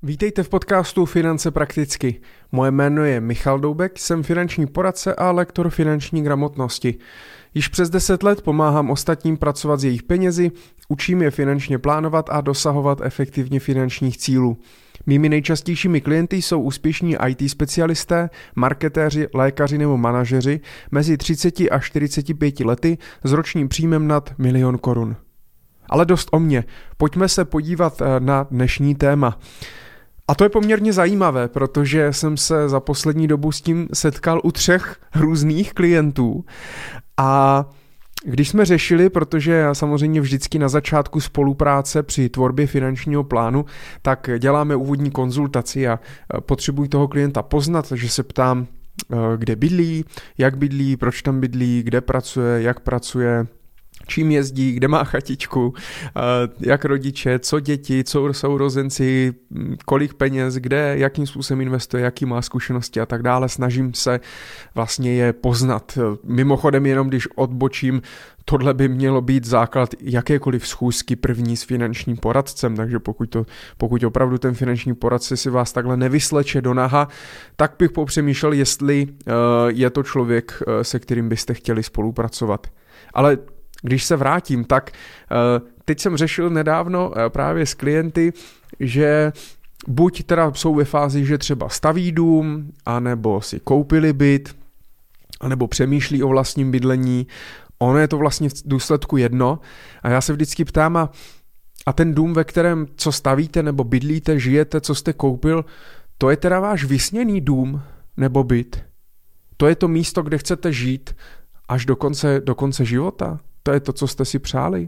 Vítejte v podcastu Finance prakticky. Moje jméno je Michal Doubek, jsem finanční poradce a lektor finanční gramotnosti. Již přes 10 let pomáhám ostatním pracovat s jejich penězi, učím je finančně plánovat a dosahovat efektivně finančních cílů. Mými nejčastějšími klienty jsou úspěšní IT specialisté, marketéři, lékaři nebo manažeři mezi 30 a 45 lety s ročním příjmem nad 1 000 000 korun. Ale dost o mně. Pojďme se podívat na dnešní téma. A to je poměrně zajímavé, protože jsem se za poslední dobu s tím setkal u 3 různých klientů. A když jsme řešili, protože já samozřejmě vždycky na začátku spolupráce při tvorbě finančního plánu, tak děláme úvodní konzultaci a potřebuji toho klienta poznat, takže se ptám, kde bydlí, jak bydlí, proč tam bydlí, kde pracuje, jak pracuje, čím jezdí, kde má chatičku, jak rodiče, co děti, co sourozenci, kolik peněz, kde, jakým způsobem investuje, jaký má zkušenosti a tak dále. Snažím se vlastně je poznat. Mimochodem, jenom když odbočím, tohle by mělo být základ jakékoliv schůzky první s finančním poradcem, takže pokud opravdu ten finanční poradce si vás takhle nevysleče do naha, tak bych popřemýšlel, jestli je to člověk, se kterým byste chtěli spolupracovat. Ale když se vrátím, tak teď jsem řešil nedávno právě s klienty, že buď teda jsou ve fázi, že třeba staví dům, anebo si koupili byt, anebo přemýšlí o vlastním bydlení. Ono je to vlastně v důsledku jedno. A já se vždycky ptám, a ten dům, ve kterém co stavíte, nebo bydlíte, žijete, co jste koupil, to je teda váš vysněný dům nebo byt? To je to místo, kde chcete žít až do konce života? To je to, co jste si přáli.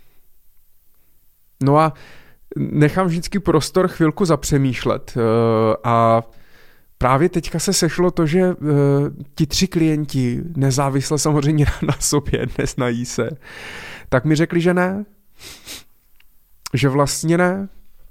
No a nechám vždycky prostor chvilku zapřemýšlet a právě teďka se sešlo to, že ti 3 klienti, nezávisle samozřejmě na sobě, neznají se, tak mi řekli, že ne. Že vlastně ne.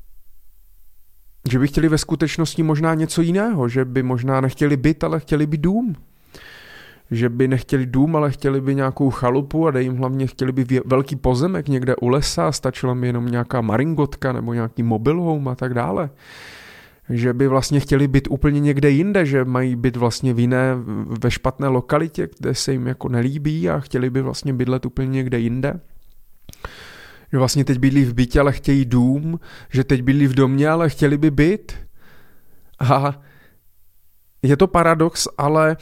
Že by chtěli ve skutečnosti možná něco jiného, že by možná nechtěli byt, ale chtěli by dům. Že by nechtěli dům, ale chtěli by nějakou chalupu a jim hlavně chtěli by velký pozemek někde u lesa, stačila mi jenom nějaká maringotka nebo nějaký mobile home a tak dále. Že by vlastně chtěli být úplně někde jinde, že mají být vlastně ve špatné lokalitě, kde se jim jako nelíbí a chtěli by vlastně bydlet úplně někde jinde. Že vlastně teď bydlí v bytě, ale chtějí dům, že teď bydlí v domě, ale chtěli by byt. A je to paradox, ale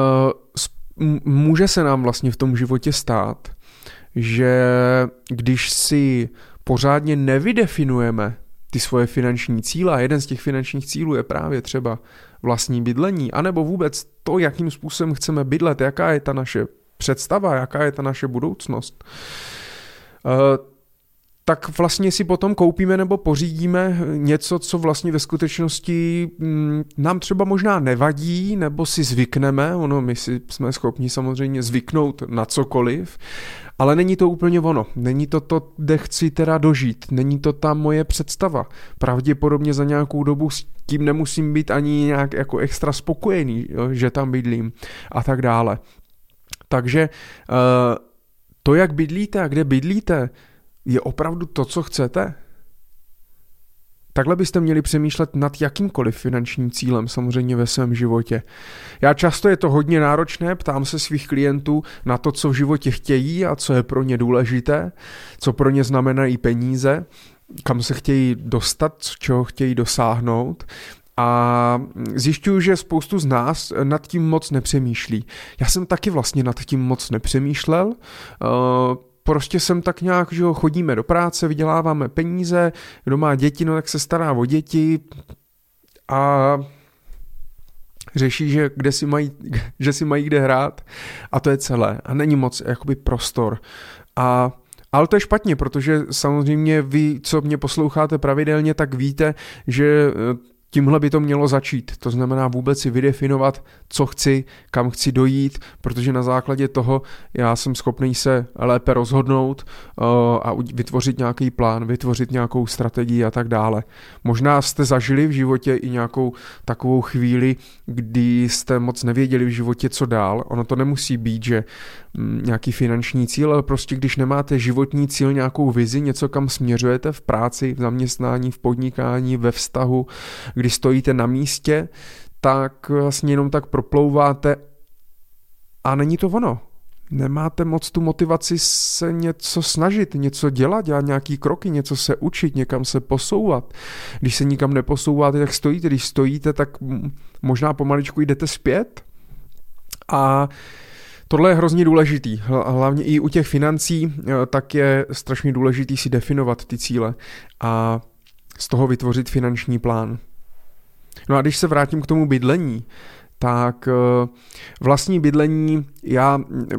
může se nám vlastně v tom životě stát, že když si pořádně nevydefinujeme ty svoje finanční cíle, a jeden z těch finančních cílů je právě třeba vlastní bydlení, anebo vůbec to, jakým způsobem chceme bydlet, jaká je ta naše představa, jaká je ta naše budoucnost, tak vlastně si potom koupíme nebo pořídíme něco, co vlastně ve skutečnosti nám třeba možná nevadí, nebo si zvykneme, my si jsme schopni samozřejmě zvyknout na cokoliv, ale není to úplně ono, není to, kde chci teda dožít, není to ta moje představa. Pravděpodobně za nějakou dobu s tím nemusím být ani nějak jako extra spokojený, že tam bydlím a tak dále. Takže to, jak bydlíte a kde bydlíte, je opravdu to, co chcete? Takhle byste měli přemýšlet nad jakýmkoliv finančním cílem samozřejmě ve svém životě. Já často je to hodně náročné, ptám se svých klientů na to, co v životě chtějí a co je pro ně důležité, co pro ně znamenají peníze, kam se chtějí dostat, čeho chtějí dosáhnout. A zjišťuju, že spoustu z nás nad tím moc nepřemýšlí. Já jsem taky vlastně nad tím moc nepřemýšlel, prostě jsem tak nějak, že chodíme do práce, vyděláváme peníze, kdo má děti, no tak se stará o děti a řeší, že si mají kde hrát a to je celé. A není moc jakoby prostor. Ale to je špatně, protože samozřejmě vy, co mě posloucháte pravidelně, tak víte, že tímhle by to mělo začít. To znamená vůbec si vydefinovat, co chci, kam chci dojít, protože na základě toho já jsem schopný se lépe rozhodnout a vytvořit nějaký plán, vytvořit nějakou strategii a tak dále. Možná jste zažili v životě i nějakou takovou chvíli, kdy jste moc nevěděli v životě, co dál. Ono to nemusí být, že nějaký finanční cíl, ale prostě když nemáte životní cíl, nějakou vizi, něco, kam směřujete v práci, v zaměstnání, v podnikání, ve vztahu, když stojíte na místě, tak vlastně jenom tak proplouváte a není to ono. Nemáte moc tu motivaci se něco snažit, něco dělat nějaký kroky, něco se učit, někam se posouvat. Když se nikam neposouváte, tak stojíte. Když stojíte, tak možná pomaličku jdete zpět. A tohle je hrozně důležitý. Hlavně i u těch financí, tak je strašně důležitý si definovat ty cíle a z toho vytvořit finanční plán. No a když se vrátím k tomu bydlení, tak vlastní bydlení já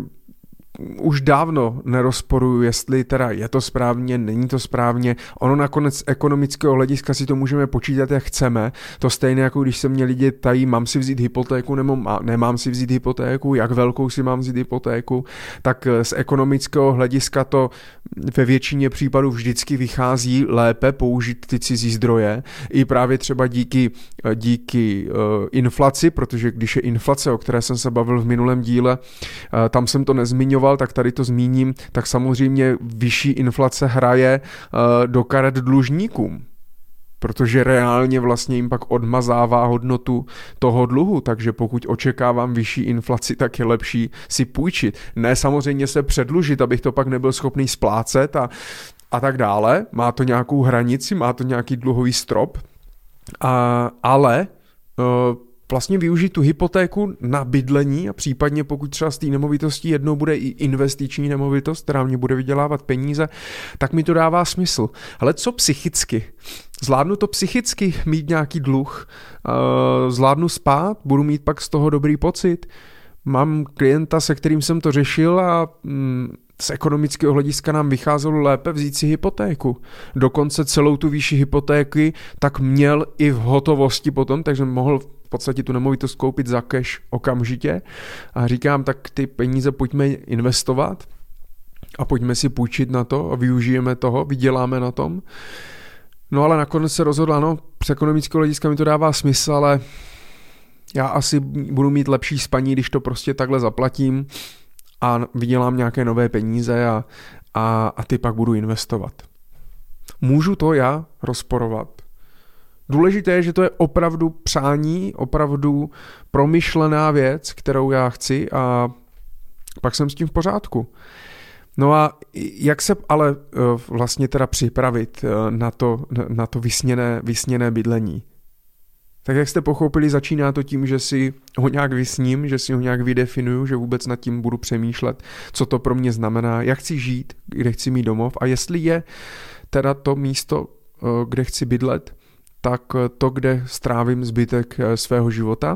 už dávno nerozporuju, jestli teda je to správně, není to správně. Ono nakonec z ekonomického hlediska si to můžeme počítat, jak chceme. To stejné, jako když se mě lidi ptají, mám si vzít hypotéku nebo nemám si vzít hypotéku, jak velkou si mám vzít hypotéku, tak z ekonomického hlediska to ve většině případů vždycky vychází lépe použít ty cizí zdroje. I právě třeba díky inflaci, protože když je inflace, o které jsem se bavil v minulém díle, tam jsem to nezmiňoval, tak tady to zmíním, tak samozřejmě vyšší inflace hraje do karet dlužníkům, protože reálně vlastně jim pak odmazává hodnotu toho dluhu, takže pokud očekávám vyšší inflaci, tak je lepší si půjčit. Ne samozřejmě se předlužit, abych to pak nebyl schopný splácet a tak dále. Má to nějakou hranici, má to nějaký dluhový strop, ale vlastně využít tu hypotéku na bydlení a případně pokud třeba z té nemovitosti jednou bude i investiční nemovitost, která mě bude vydělávat peníze, tak mi to dává smysl. Ale co psychicky? Zvládnu to psychicky mít nějaký dluh? Zvládnu spát? Budu mít pak z toho dobrý pocit? Mám klienta, se kterým jsem to řešil a z ekonomického hlediska nám vycházelo lépe vzít si hypotéku. Dokonce celou tu výši hypotéky tak měl i v hotovosti potom, takže mohl v podstatě tu nemovitost koupit za cash okamžitě. A říkám, tak ty peníze pojďme investovat a pojďme si půjčit na to a využijeme toho, vyděláme na tom. No ale nakonec se rozhodl, ano, z ekonomického hlediska mi to dává smysl, ale já asi budu mít lepší spaní, když to prostě takhle zaplatím a vydělám nějaké nové peníze a ty pak budu investovat. Můžu to já rozporovat? Důležité je, že to je opravdu přání, opravdu promyšlená věc, kterou já chci a pak jsem s tím v pořádku. No a jak se ale vlastně teda připravit na to vysněné bydlení? Tak jak jste pochopili, začíná to tím, že si ho nějak vysním, že si ho nějak vydefinuju, že vůbec nad tím budu přemýšlet, co to pro mě znamená, jak chci žít, kde chci mít domov a jestli je teda to místo, kde chci bydlet, tak to, kde strávím zbytek svého života.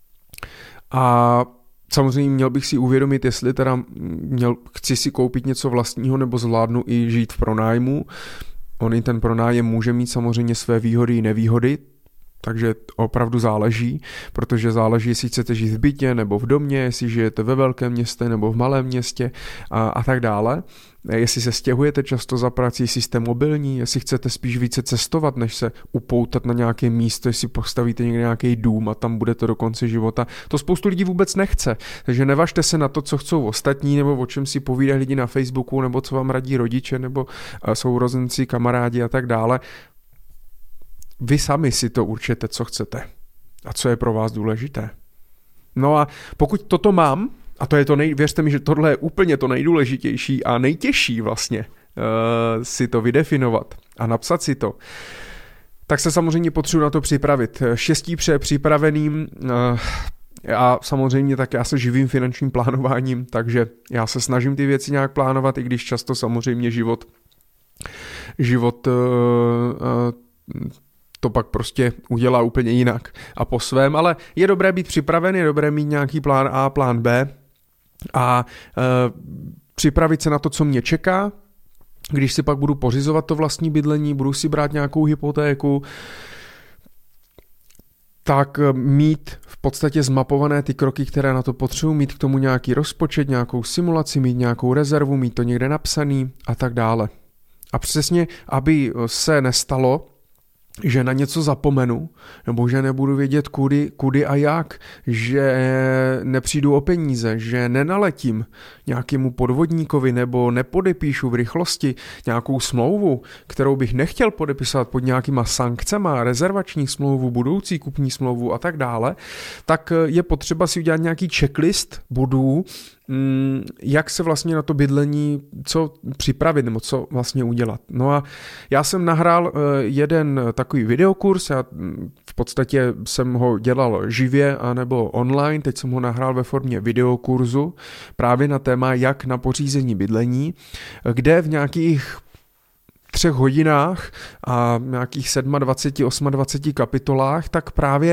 A samozřejmě měl bych si uvědomit, jestli teda chci si koupit něco vlastního nebo zvládnu i žít v pronájmu. On i ten pronájem může mít samozřejmě své výhody i nevýhody, takže opravdu záleží, protože záleží, jestli chcete žít v bytě nebo v domě, jestli žijete ve velkém městě nebo v malém městě a tak dále. Jestli se stěhujete často za prací, jestli jste mobilní, jestli chcete spíš více cestovat, než se upoutat na nějaké místo, jestli postavíte někde nějaký dům a tam budete do konce života. To spoustu lidí vůbec nechce, takže nevažte se na to, co chcou ostatní, nebo o čem si povídají lidi na Facebooku, nebo co vám radí rodiče, nebo sourozenci, kamarádi a tak dále. Vy sami si to určete, co chcete a co je pro vás důležité. No a pokud toto mám, a to je to věřte mi, že tohle je úplně to nejdůležitější a nejtěžší vlastně si to vydefinovat a napsat si to, tak se samozřejmě potřebuji na to připravit. Štěstí přeje připraveným a samozřejmě tak já se živím finančním plánováním, takže já se snažím ty věci nějak plánovat, i když často samozřejmě život to pak prostě udělá úplně jinak a po svém, ale je dobré být připraven, je dobré mít nějaký plán A, plán B a připravit se na to, co mě čeká, když si pak budu pořizovat to vlastní bydlení, budu si brát nějakou hypotéku, tak mít v podstatě zmapované ty kroky, které na to potřebuji, mít k tomu nějaký rozpočet, nějakou simulaci, mít nějakou rezervu, mít to někde napsaný a tak dále. A přesně, aby se nestalo, že na něco zapomenu, nebo že nebudu vědět kudy a jak, že nepřijdu o peníze, že nenaletím nějakému podvodníkovi nebo nepodepíšu v rychlosti nějakou smlouvu, kterou bych nechtěl podepisovat pod nějakýma sankcema, rezervační smlouvu, budoucí kupní smlouvu a tak dále, tak je potřeba si udělat nějaký checklist bodů, jak se vlastně na to bydlení, co připravit nebo co vlastně udělat. No a já jsem nahrál jeden takový videokurs, já v podstatě jsem ho dělal živě anebo online, teď jsem ho nahrál ve formě videokurzu právě na téma jak na pořízení bydlení, kde v nějakých 3 hodinách a nějakých 27, 28 kapitolách, tak právě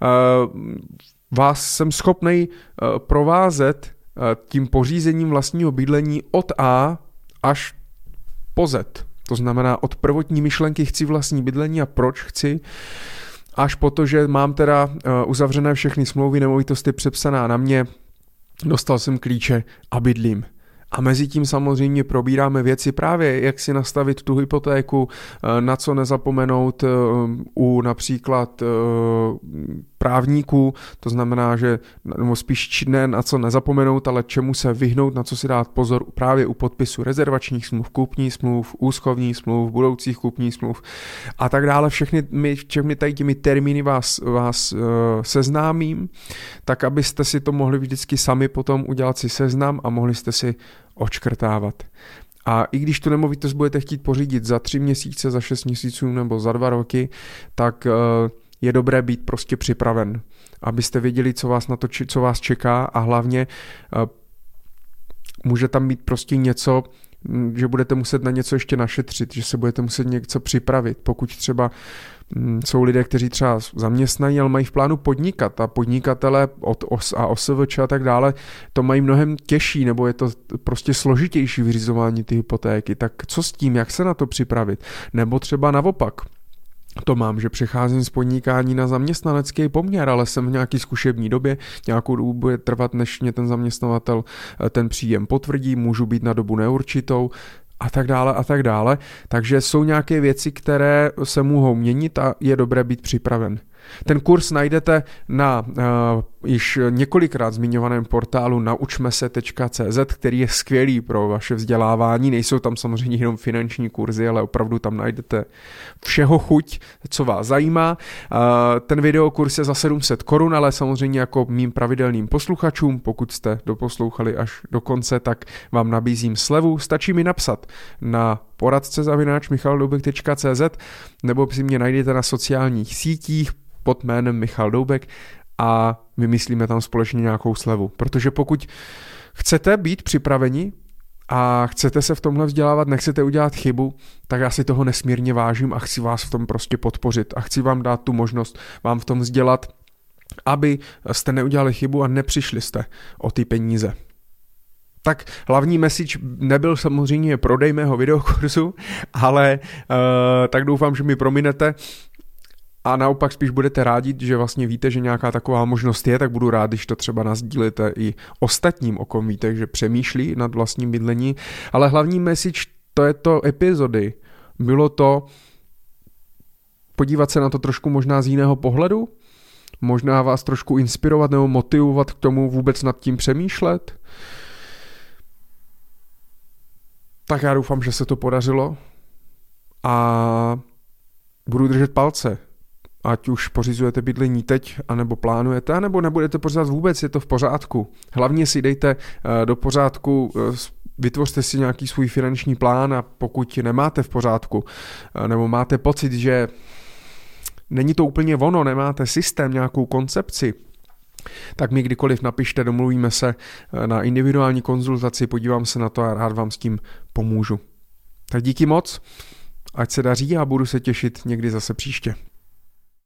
vás jsem schopnej provázet tím pořízením vlastního bydlení od A až po Z. To znamená od prvotní myšlenky chci vlastní bydlení a proč chci, až po to, že mám teda uzavřené všechny smlouvy, nemovitosti přepsaná na mě, dostal jsem klíče a bydlím. A mezi tím samozřejmě probíráme věci právě, jak si nastavit tu hypotéku, na co nezapomenout u například právníků, to znamená, že nebo spíš ne na co nezapomenout, ale čemu se vyhnout, na co si dát pozor právě u podpisu rezervačních smluv, kupních smluv, úschovních smluv, budoucích kupních smluv a tak dále. Všechny tady těmi termíny vás seznámím, tak abyste si to mohli vždycky sami potom udělat si seznam a mohli jste si odškrtávat. A i když tu nemovitost budete chtít pořídit za 3 měsíce, za 6 měsíců nebo za 2 roky, tak je dobré být prostě připraven, abyste věděli, co vás čeká a hlavně může tam být prostě něco, že budete muset na něco ještě našetřit, že se budete muset něco připravit. Pokud třeba jsou lidé, kteří třeba zaměstnají, ale mají v plánu podnikat a podnikatele od OSVČ a tak dále, to mají mnohem těžší, nebo je to prostě složitější vyřizování ty hypotéky. Tak co s tím, jak se na to připravit? Nebo třeba naopak. To mám, že přecházím z podnikání na zaměstnanecký poměr, ale jsem v nějaký zkušební době, nějakou dobu bude trvat, než mě ten zaměstnavatel ten příjem potvrdí, můžu být na dobu neurčitou a tak dále a tak dále. Takže jsou nějaké věci, které se mohou měnit a je dobré být připraven. Ten kurz najdete na již několikrát zmiňovaném portálu naučmese.cz, který je skvělý pro vaše vzdělávání. Nejsou tam samozřejmě jenom finanční kurzy, ale opravdu tam najdete všeho chuť, co vás zajímá. Ten videokurs je za 700 Kč, ale samozřejmě jako mým pravidelným posluchačům, pokud jste doposlouchali až do konce, tak vám nabízím slevu. Stačí mi napsat na poradce@michaldoubek.cz nebo si mě najdete na sociálních sítích pod jménem Michal Doubek a vymyslíme tam společně nějakou slevu. Protože pokud chcete být připraveni a chcete se v tomhle vzdělávat, nechcete udělat chybu, tak já si toho nesmírně vážím a chci vás v tom prostě podpořit a chci vám dát tu možnost vám v tom vzdělat, aby jste neudělali chybu a nepřišli jste o ty peníze. Tak hlavní message nebyl samozřejmě prodej mého videokurzu, ale tak doufám, že mi prominete. A naopak spíš budete rádi, že vlastně víte, že nějaká taková možnost je, tak budu rád, když to třeba nasdílíte i ostatním, o kom víte, že přemýšlí nad vlastním bydlení. Ale hlavní message této epizody bylo to podívat se na to trošku možná z jiného pohledu, možná vás trošku inspirovat nebo motivovat k tomu vůbec nad tím přemýšlet. Tak já doufám, že se to podařilo a budu držet palce. Ať už pořizujete bydlení teď, anebo plánujete, anebo nebudete pořizovat vůbec, je to v pořádku. Hlavně si dejte do pořádku, vytvořte si nějaký svůj finanční plán a pokud nemáte v pořádku, nebo máte pocit, že není to úplně ono, nemáte systém, nějakou koncepci, tak mi kdykoliv napište, domluvíme se na individuální konzultaci, podívám se na to a rád vám s tím pomůžu. Tak díky moc, ať se daří a budu se těšit někdy zase příště.